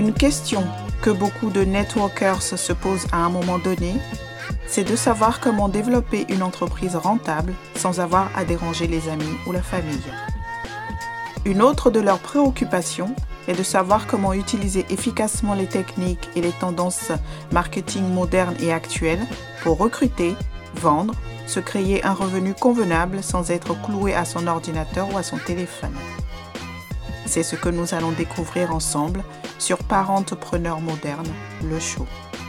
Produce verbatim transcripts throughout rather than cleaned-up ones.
Une question que beaucoup de networkers se posent à un moment donné, c'est de savoir comment développer une entreprise rentable sans avoir à déranger les amis ou la famille. Une autre de leurs préoccupations est de savoir comment utiliser efficacement les techniques et les tendances marketing modernes et actuelles pour recruter, vendre, se créer un revenu convenable sans être cloué à son ordinateur ou à son téléphone. C'est ce que nous allons découvrir ensemble sur Parentpreneur Moderne, le show.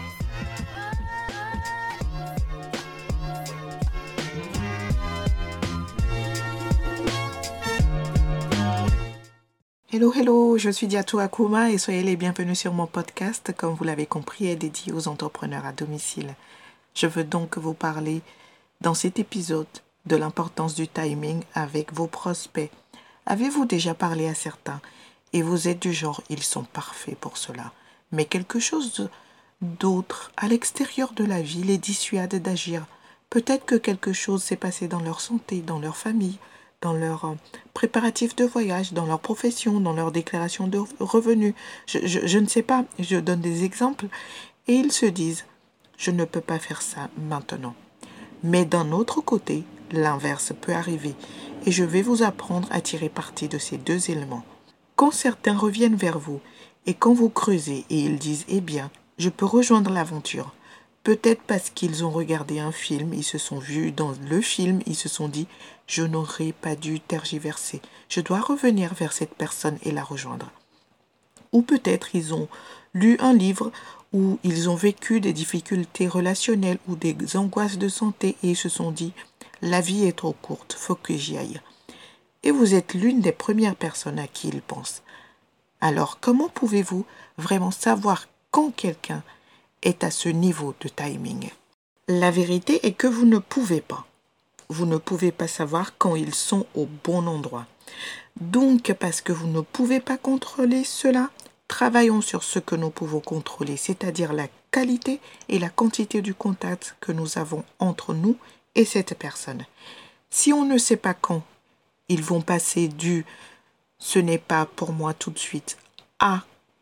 Hello, hello, je suis Diatou Akuma et soyez les bienvenus sur mon podcast, comme vous l'avez compris, est dédié aux entrepreneurs à domicile. Je veux donc vous parler dans cet épisode de l'importance du timing avec vos prospects. Avez-vous déjà parlé à certains et vous êtes du genre, ils sont parfaits pour cela, mais quelque chose d'autre à l'extérieur de la vie les dissuade d'agir. Peut-être que quelque chose s'est passé dans leur santé, dans leur famille, dans leurs préparatifs de voyage, dans leur profession, dans leur déclaration de revenus. Je, je, je ne sais pas, je donne des exemples. Et ils se disent, je ne peux pas faire ça maintenant. Mais d'un autre côté, l'inverse peut arriver. Et je vais vous apprendre à tirer parti de ces deux éléments. Quand certains reviennent vers vous, et quand vous creusez et ils disent, eh bien, je peux rejoindre l'aventure. Peut-être parce qu'ils ont regardé un film, ils se sont vus dans le film, ils se sont dit « Je n'aurais pas dû tergiverser, je dois revenir vers cette personne et la rejoindre. » Ou peut-être ils ont lu un livre où ils ont vécu des difficultés relationnelles ou des angoisses de santé et ils se sont dit « La vie est trop courte, faut que j'y aille. » Et vous êtes l'une des premières personnes à qui ils pensent. Alors, comment pouvez-vous vraiment savoir quand quelqu'un est à ce niveau de timing? La vérité est que vous ne pouvez pas. Vous ne pouvez pas savoir quand ils sont au bon endroit. Donc, parce que vous ne pouvez pas contrôler cela, travaillons sur ce que nous pouvons contrôler, c'est-à-dire la qualité et la quantité du contact que nous avons entre nous et cette personne. Si on ne sait pas quand ils vont passer du « ce n'est pas pour moi tout de suite » à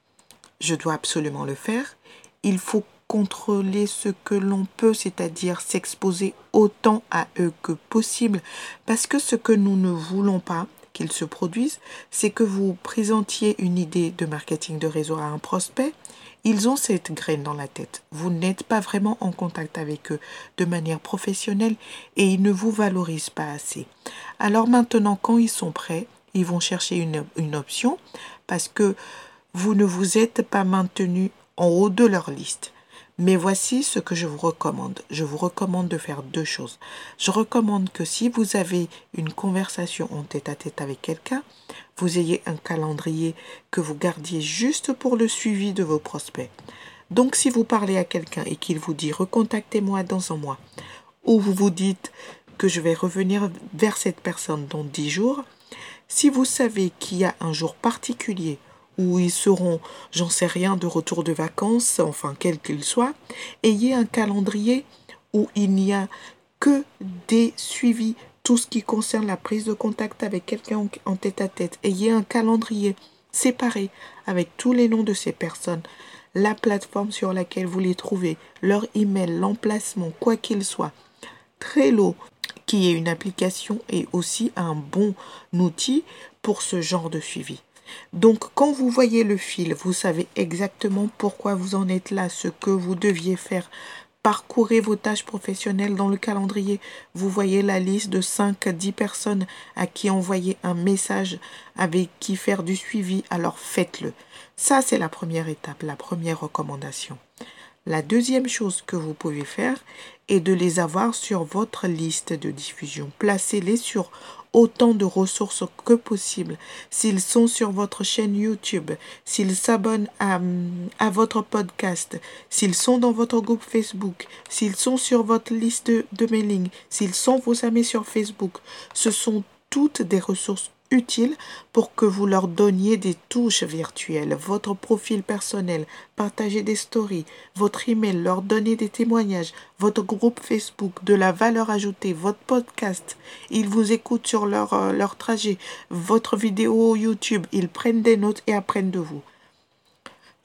« je dois absolument le faire », il faut contrôler ce que l'on peut, c'est-à-dire s'exposer autant à eux que possible, parce que ce que nous ne voulons pas qu'ils se produisent, c'est que vous présentiez une idée de marketing de réseau à un prospect, ils ont cette graine dans la tête. Vous n'êtes pas vraiment en contact avec eux de manière professionnelle et ils ne vous valorisent pas assez. Alors maintenant, quand ils sont prêts, ils vont chercher une, une option parce que vous ne vous êtes pas maintenu en haut de leur liste. Mais voici ce que je vous recommande. Je vous recommande de faire deux choses. Je recommande que si vous avez une conversation en tête-à-tête avec quelqu'un, vous ayez un calendrier que vous gardiez juste pour le suivi de vos prospects. Donc si vous parlez à quelqu'un et qu'il vous dit « recontactez-moi dans un mois » ou vous vous dites que je vais revenir vers cette personne dans dix jours, si vous savez qu'il y a un jour particulier où ils seront, j'en sais rien, de retour de vacances, enfin quel qu'il soit, ayez un calendrier où il n'y a que des suivis, tout ce qui concerne la prise de contact avec quelqu'un en tête-à-tête. Ayez un calendrier séparé avec tous les noms de ces personnes, la plateforme sur laquelle vous les trouvez, leur email, l'emplacement, quoi qu'il soit. Trello, qui est une application et aussi un bon outil pour ce genre de suivi. Donc, quand vous voyez le fil, vous savez exactement pourquoi vous en êtes là, ce que vous deviez faire. Parcourez vos tâches professionnelles dans le calendrier. Vous voyez la liste de cinq à dix personnes à qui envoyer un message, avec qui faire du suivi. Alors, faites-le. Ça, c'est la première étape, la première recommandation. La deuxième chose que vous pouvez faire est de les avoir sur votre liste de diffusion. Placez-les sur autant de ressources que possible. S'ils sont sur votre chaîne YouTube, s'ils s'abonnent à, à votre podcast, s'ils sont dans votre groupe Facebook, s'ils sont sur votre liste de, de mailing, s'ils sont vos amis sur Facebook, ce sont toutes des ressources utiles pour que vous leur donniez des touches virtuelles, votre profil personnel, partager des stories, votre email, leur donner des témoignages, votre groupe Facebook, de la valeur ajoutée, votre podcast, ils vous écoutent sur leur, euh, leur trajet, votre vidéo YouTube, ils prennent des notes et apprennent de vous.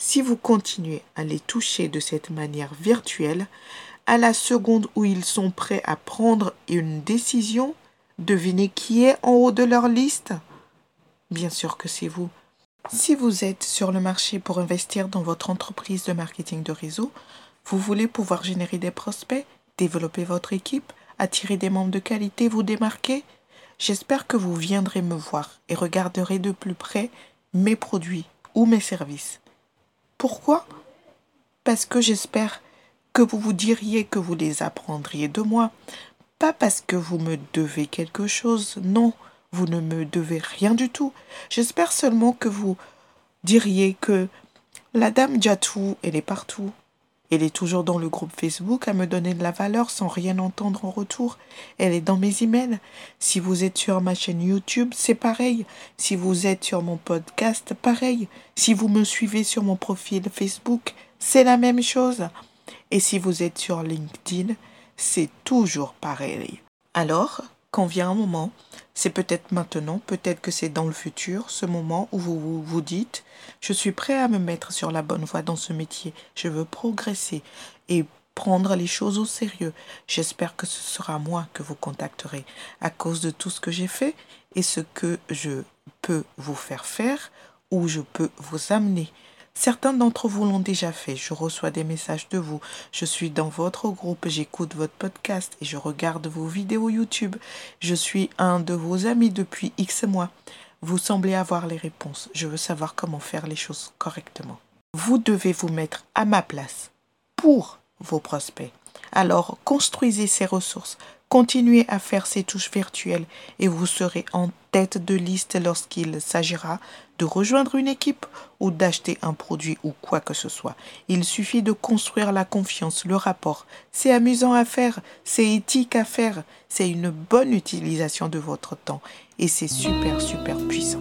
Si vous continuez à les toucher de cette manière virtuelle, à la seconde où ils sont prêts à prendre une décision, devinez qui est en haut de leur liste? Bien sûr que c'est vous. Si vous êtes sur le marché pour investir dans votre entreprise de marketing de réseau, vous voulez pouvoir générer des prospects, développer votre équipe, attirer des membres de qualité, vous démarquer, j'espère que vous viendrez me voir et regarderez de plus près mes produits ou mes services. Pourquoi? Parce que j'espère que vous vous diriez que vous les apprendriez de moi. Pas parce que vous me devez quelque chose, non, vous ne me devez rien du tout. J'espère seulement que vous diriez que la dame Jatou, elle est partout. Elle est toujours dans le groupe Facebook à me donner de la valeur sans rien entendre en retour. Elle est dans mes emails. Si vous êtes sur ma chaîne YouTube, c'est pareil. Si vous êtes sur mon podcast, pareil. Si vous me suivez sur mon profil Facebook, c'est la même chose. Et si vous êtes sur LinkedIn, c'est toujours pareil. Alors, quand vient un moment, c'est peut-être maintenant, peut-être que c'est dans le futur, ce moment où vous vous, vous dites « Je suis prêt à me mettre sur la bonne voie dans ce métier, je veux progresser et prendre les choses au sérieux. J'espère que ce sera moi que vous contacterez à cause de tout ce que j'ai fait et ce que je peux vous faire faire ou je peux vous amener. » Certains d'entre vous l'ont déjà fait. Je reçois des messages de vous. Je suis dans votre groupe, j'écoute votre podcast et je regarde vos vidéos YouTube. Je suis un de vos amis depuis X mois. Vous semblez avoir les réponses. Je veux savoir comment faire les choses correctement. Vous devez vous mettre à ma place pour vos prospects. Alors, construisez ces ressources. Continuez à faire ces touches virtuelles et vous serez en tête de liste lorsqu'il s'agira de rejoindre une équipe ou d'acheter un produit ou quoi que ce soit. Il suffit de construire la confiance, le rapport. C'est amusant à faire, c'est éthique à faire, c'est une bonne utilisation de votre temps et c'est super, super puissant.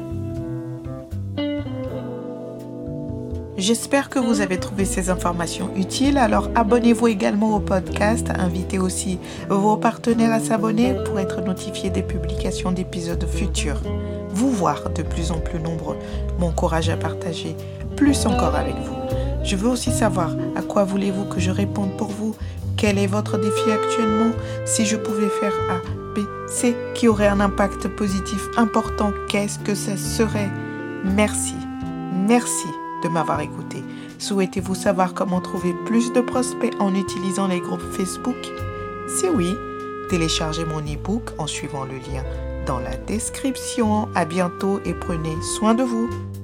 J'espère que vous avez trouvé ces informations utiles. Alors abonnez-vous également au podcast. Invitez aussi vos partenaires à s'abonner pour être notifiés des publications d'épisodes futurs. Vous voir de plus en plus nombreux m'encourage à partager plus encore avec vous. Je veux aussi savoir à quoi voulez-vous que je réponde pour vous. Quel est votre défi actuellement? Si je pouvais faire A, B, C qui aurait un impact positif important, qu'est-ce que ça serait? Merci. Merci de m'avoir écouté. Souhaitez-vous savoir comment trouver plus de prospects en utilisant les groupes Facebook? Si oui, téléchargez mon e-book en suivant le lien dans la description. À bientôt et prenez soin de vous.